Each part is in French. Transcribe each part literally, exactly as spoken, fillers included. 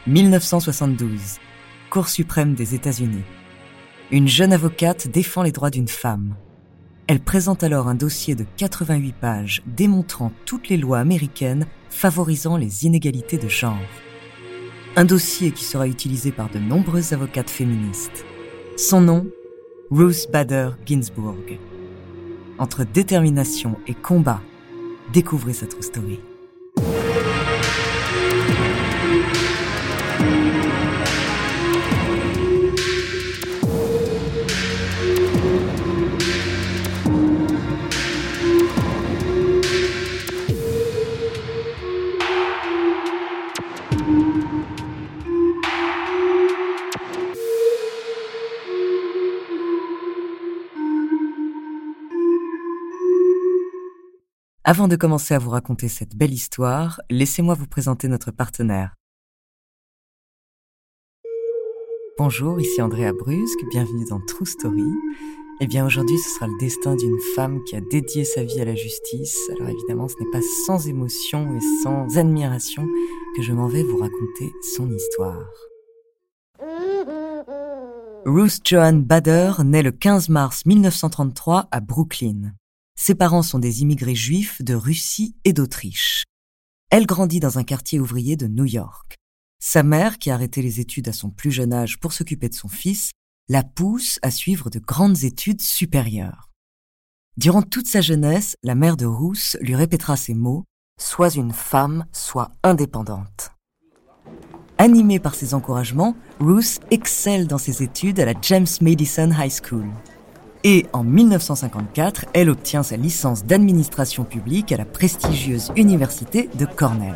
dix-neuf cent soixante-douze, Cour suprême des États-Unis. Une jeune avocate défend les droits d'une femme. Elle présente alors un dossier de quatre-vingt-huit pages démontrant toutes les lois américaines favorisant les inégalités de genre. Un dossier qui sera utilisé par de nombreuses avocates féministes. Son nom, Ruth Bader Ginsburg. Entre détermination et combat, découvrez sa true story. Avant de commencer à vous raconter cette belle histoire, laissez-moi vous présenter notre partenaire. Bonjour, ici Andrea Brusque, bienvenue dans True Story. Eh bien aujourd'hui, ce sera le destin d'une femme qui a dédié sa vie à la justice. Alors évidemment, ce n'est pas sans émotion et sans admiration que je m'en vais vous raconter son histoire. Ruth Joan Bader naît le quinze mars dix-neuf cent trente-trois à Brooklyn. Ses parents sont des immigrés juifs de Russie et d'Autriche. Elle grandit dans un quartier ouvrier de New York. Sa mère, qui a arrêté les études à son plus jeune âge pour s'occuper de son fils, la pousse à suivre de grandes études supérieures. Durant toute sa jeunesse, la mère de Ruth lui répétera ces mots « Sois une femme, sois indépendante ». Animée par ces encouragements, Ruth excelle dans ses études à la James Madison High School. Et en dix-neuf cent cinquante-quatre, elle obtient sa licence d'administration publique à la prestigieuse université de Cornell.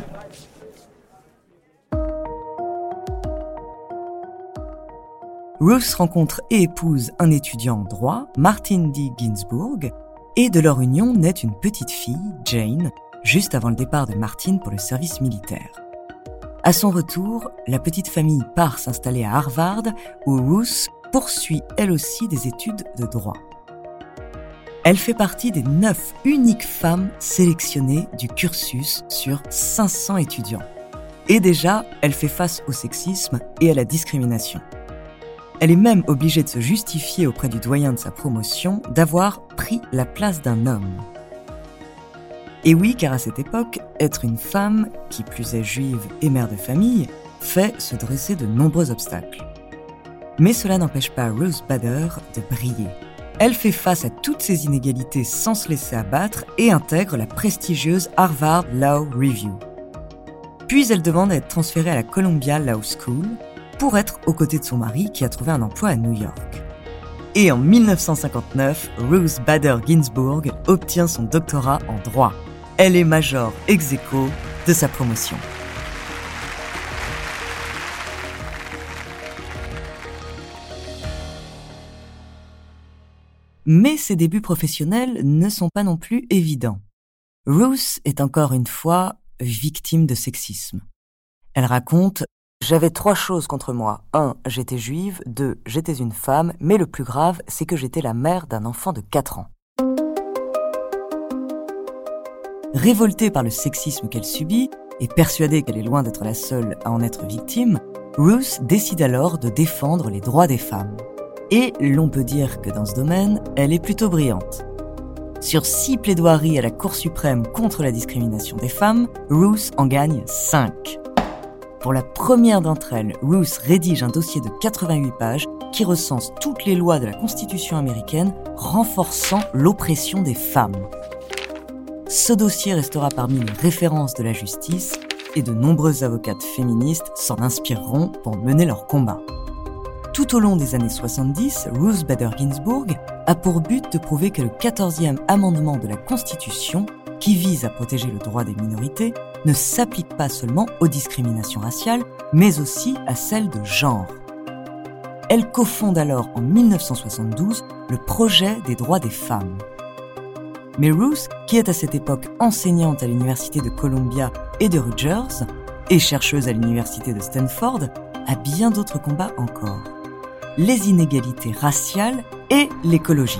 Ruth rencontre et épouse un étudiant en droit, Martin D. Ginsburg, et de leur union naît une petite fille, Jane, juste avant le départ de Martin pour le service militaire. À son retour, la petite famille part s'installer à Harvard, où Ruth poursuit elle aussi des études de droit. Elle fait partie des neuf uniques femmes sélectionnées du cursus sur cinq cents étudiants. Et déjà, elle fait face au sexisme et à la discrimination. Elle est même obligée de se justifier auprès du doyen de sa promotion d'avoir pris la place d'un homme. Et oui, car à cette époque, être une femme, qui plus est juive et mère de famille, fait se dresser de nombreux obstacles. Mais cela n'empêche pas Ruth Bader de briller. Elle fait face à toutes ces inégalités sans se laisser abattre et intègre la prestigieuse Harvard Law Review. Puis elle demande à être transférée à la Columbia Law School pour être aux côtés de son mari qui a trouvé un emploi à New York. Et en dix-neuf cent cinquante-neuf, Ruth Bader Ginsburg obtient son doctorat en droit. Elle est major ex aequo de sa promotion. Mais ses débuts professionnels ne sont pas non plus évidents. Ruth est encore une fois victime de sexisme. Elle raconte « J'avais trois choses contre moi. Un, j'étais juive. Deux, j'étais une femme. Mais le plus grave, c'est que j'étais la mère d'un enfant de quatre ans. » Révoltée par le sexisme qu'elle subit et persuadée qu'elle est loin d'être la seule à en être victime, Ruth décide alors de défendre les droits des femmes. Et l'on peut dire que dans ce domaine, elle est plutôt brillante. Sur six plaidoiries à la Cour suprême contre la discrimination des femmes, Ruth en gagne cinq. Pour la première d'entre elles, Ruth rédige un dossier de quatre-vingt-huit pages qui recense toutes les lois de la Constitution américaine renforçant l'oppression des femmes. Ce dossier restera parmi les références de la justice et de nombreuses avocates féministes s'en inspireront pour mener leur combat. Tout au long des années soixante-dix, Ruth Bader Ginsburg a pour but de prouver que le quatorzième amendement de la Constitution, qui vise à protéger le droit des minorités, ne s'applique pas seulement aux discriminations raciales, mais aussi à celles de genre. Elle cofonde alors en dix-neuf cent soixante-douze le projet des droits des femmes. Mais Ruth, qui est à cette époque enseignante à l'université de Columbia et de Rutgers, et chercheuse à l'université de Stanford, a bien d'autres combats encore. Les inégalités raciales et l'écologie.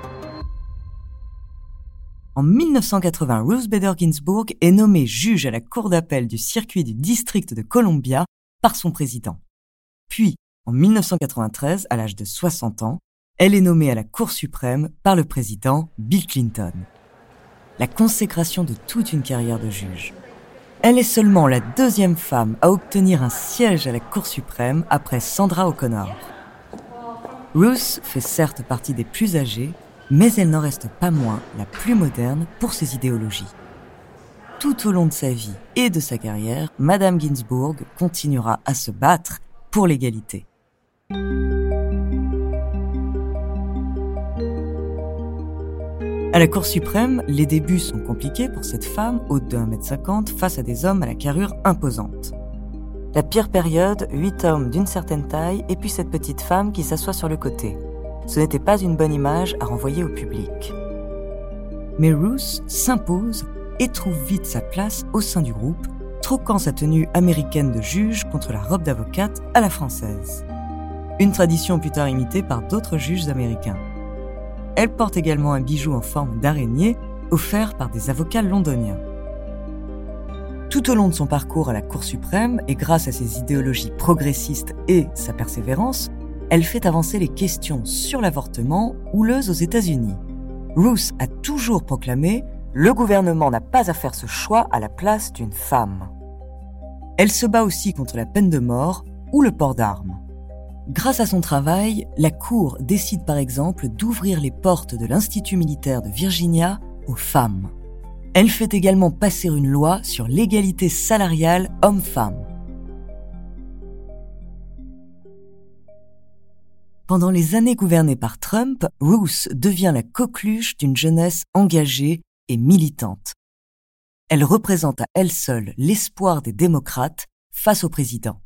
En dix-neuf cent quatre-vingts, Ruth Bader Ginsburg est nommée juge à la cour d'appel du circuit du district de Columbia par son président. Puis, en dix-neuf cent quatre-vingt-treize, à l'âge de soixante ans, elle est nommée à la Cour suprême par le président Bill Clinton. La consécration de toute une carrière de juge. Elle est seulement la deuxième femme à obtenir un siège à la Cour suprême après Sandra O'Connor. Ruth fait certes partie des plus âgées, mais elle n'en reste pas moins la plus moderne pour ses idéologies. Tout au long de sa vie et de sa carrière, Madame Ginsburg continuera à se battre pour l'égalité. À la Cour suprême, les débuts sont compliqués pour cette femme, haute de un mètre cinquante, face à des hommes à la carrure imposante. La pire période, huit hommes d'une certaine taille et puis cette petite femme qui s'assoit sur le côté. Ce n'était pas une bonne image à renvoyer au public. Mais Ruth s'impose et trouve vite sa place au sein du groupe, troquant sa tenue américaine de juge contre la robe d'avocate à la française. Une tradition plus tard imitée par d'autres juges américains. Elle porte également un bijou en forme d'araignée, offert par des avocats londoniens. Tout au long de son parcours à la Cour suprême, et grâce à ses idéologies progressistes et sa persévérance, elle fait avancer les questions sur l'avortement houleuses aux États-Unis. Ruth a toujours proclamé « Le gouvernement n'a pas à faire ce choix à la place d'une femme ». Elle se bat aussi contre la peine de mort ou le port d'armes. Grâce à son travail, la Cour décide par exemple d'ouvrir les portes de l'Institut militaire de Virginia aux femmes. Elle fait également passer une loi sur l'égalité salariale homme-femme. Pendant les années gouvernées par Trump, Ruth devient la coqueluche d'une jeunesse engagée et militante. Elle représente à elle seule l'espoir des démocrates face au président.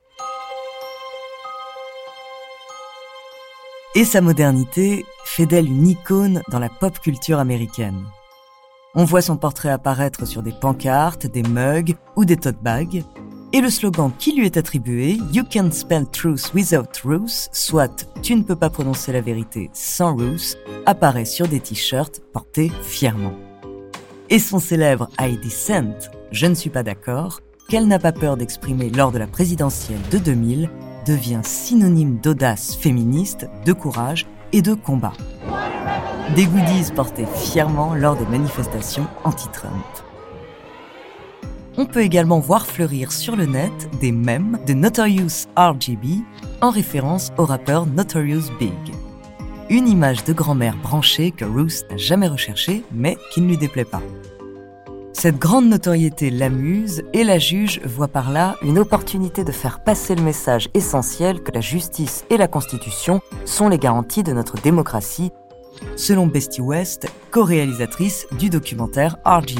Et sa modernité fait d'elle une icône dans la pop culture américaine. On voit son portrait apparaître sur des pancartes, des mugs ou des tote bags, et le slogan qui lui est attribué, « You can't spell truth without Ruth », soit « Tu ne peux pas prononcer la vérité sans Ruth », apparaît sur des t-shirts portés fièrement. Et son célèbre « I dissent », « Je ne suis pas d'accord », qu'elle n'a pas peur d'exprimer lors de la présidentielle de deux mille, devient synonyme d'audace féministe, de courage et de combat. Des goodies portés fièrement lors des manifestations anti-Trump. On peut également voir fleurir sur le net des mèmes de Notorious R G B en référence au rappeur Notorious Big. Une image de grand-mère branchée que Ruth n'a jamais recherchée, mais qui ne lui déplaît pas. Cette grande notoriété l'amuse et la juge voit par là une opportunité de faire passer le message essentiel que la justice et la Constitution sont les garanties de notre démocratie, selon Bestie West, co-réalisatrice du documentaire R G B.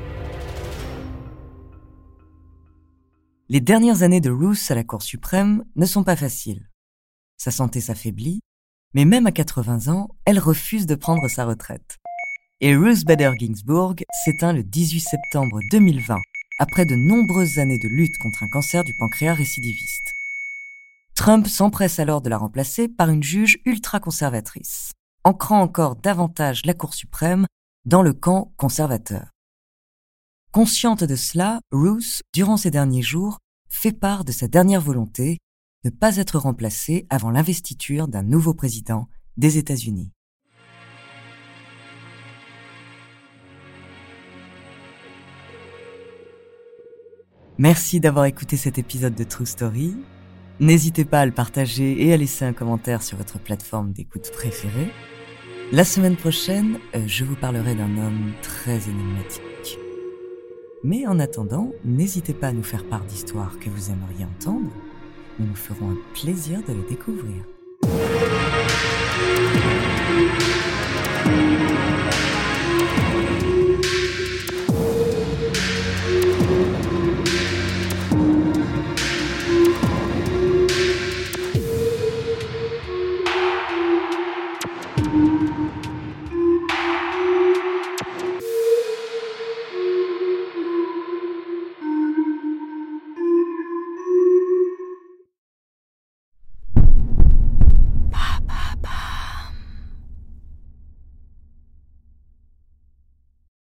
Les dernières années de Ruth à la Cour suprême ne sont pas faciles. Sa santé s'affaiblit, mais même à quatre-vingts ans, elle refuse de prendre sa retraite. Et Ruth Bader Ginsburg s'éteint le dix-huit septembre deux mille vingt, après de nombreuses années de lutte contre un cancer du pancréas récidiviste. Trump s'empresse alors de la remplacer par une juge ultra-conservatrice, ancrant encore davantage la Cour suprême dans le camp conservateur. Consciente de cela, Ruth, durant ces derniers jours, fait part de sa dernière volonté, ne pas être remplacée avant l'investiture d'un nouveau président des États-Unis. Merci d'avoir écouté cet épisode de True Story. N'hésitez pas à le partager et à laisser un commentaire sur votre plateforme d'écoute préférée. La semaine prochaine, euh, je vous parlerai d'un homme très énigmatique. Mais en attendant, n'hésitez pas à nous faire part d'histoires que vous aimeriez entendre. Nous nous ferons un plaisir de les découvrir.